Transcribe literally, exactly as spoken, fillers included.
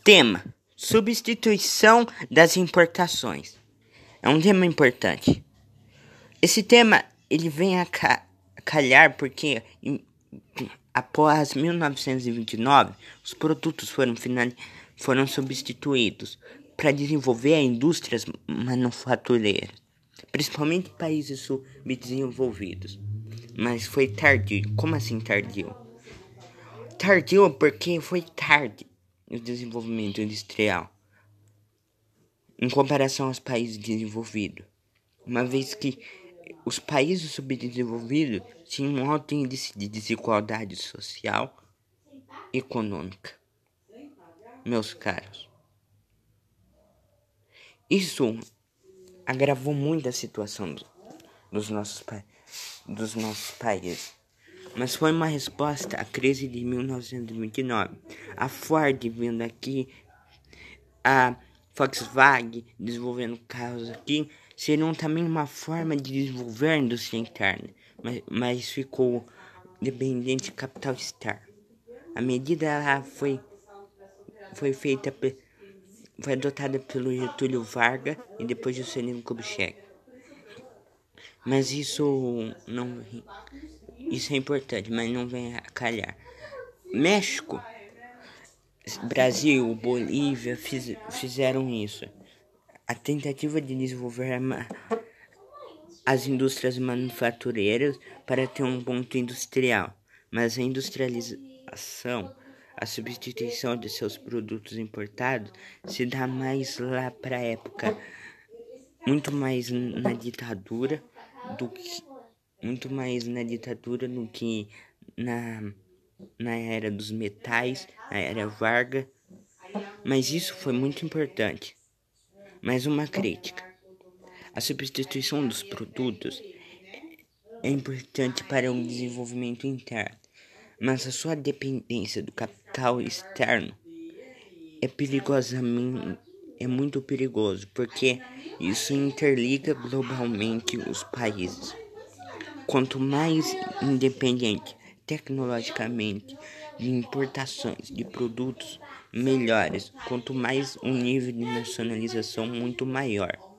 Tema: substituição das importações. É um tema importante. Esse tema ele vem a ca- calhar porque em, após mil novecentos e vinte e nove os produtos foram, final, foram substituídos para desenvolver indústrias manufatureiras, principalmente em países subdesenvolvidos. Mas foi tardio. Como assim tardio? Tardio porque foi tarde o desenvolvimento industrial em comparação aos países desenvolvidos, uma vez que os países subdesenvolvidos tinham um alto índice de desigualdade social e econômica. Meus caros, isso agravou muito a situação do, dos, nossos, dos nossos países. Mas foi uma resposta à crise de mil novecentos e vinte e nove. A Ford vindo aqui, a Volkswagen desenvolvendo carros aqui, seriam também uma forma de desenvolver a indústria interna, mas, mas ficou dependente de capital externo. A medida foi, foi feita, foi adotada pelo Getúlio Vargas e depois Juscelino Kubitschek. Mas isso não, isso é importante, mas não vem a calhar. México, Brasil, Bolívia fiz, fizeram isso. A tentativa de desenvolver as indústrias manufatureiras para ter um ponto industrial, mas a industrialização, a substituição de seus produtos importados, se dá mais lá para a época, muito mais na ditadura do que muito mais na ditadura do que na na era dos metais, na era Vargas, mas isso foi muito importante. Mais uma crítica: a substituição dos produtos é importante para o desenvolvimento interno, mas a sua dependência do capital externo é perigosamente é muito perigoso, porque isso interliga globalmente os países. Quanto mais independente tecnologicamente de importações de produtos melhores, quanto mais um nível de nacionalização muito maior.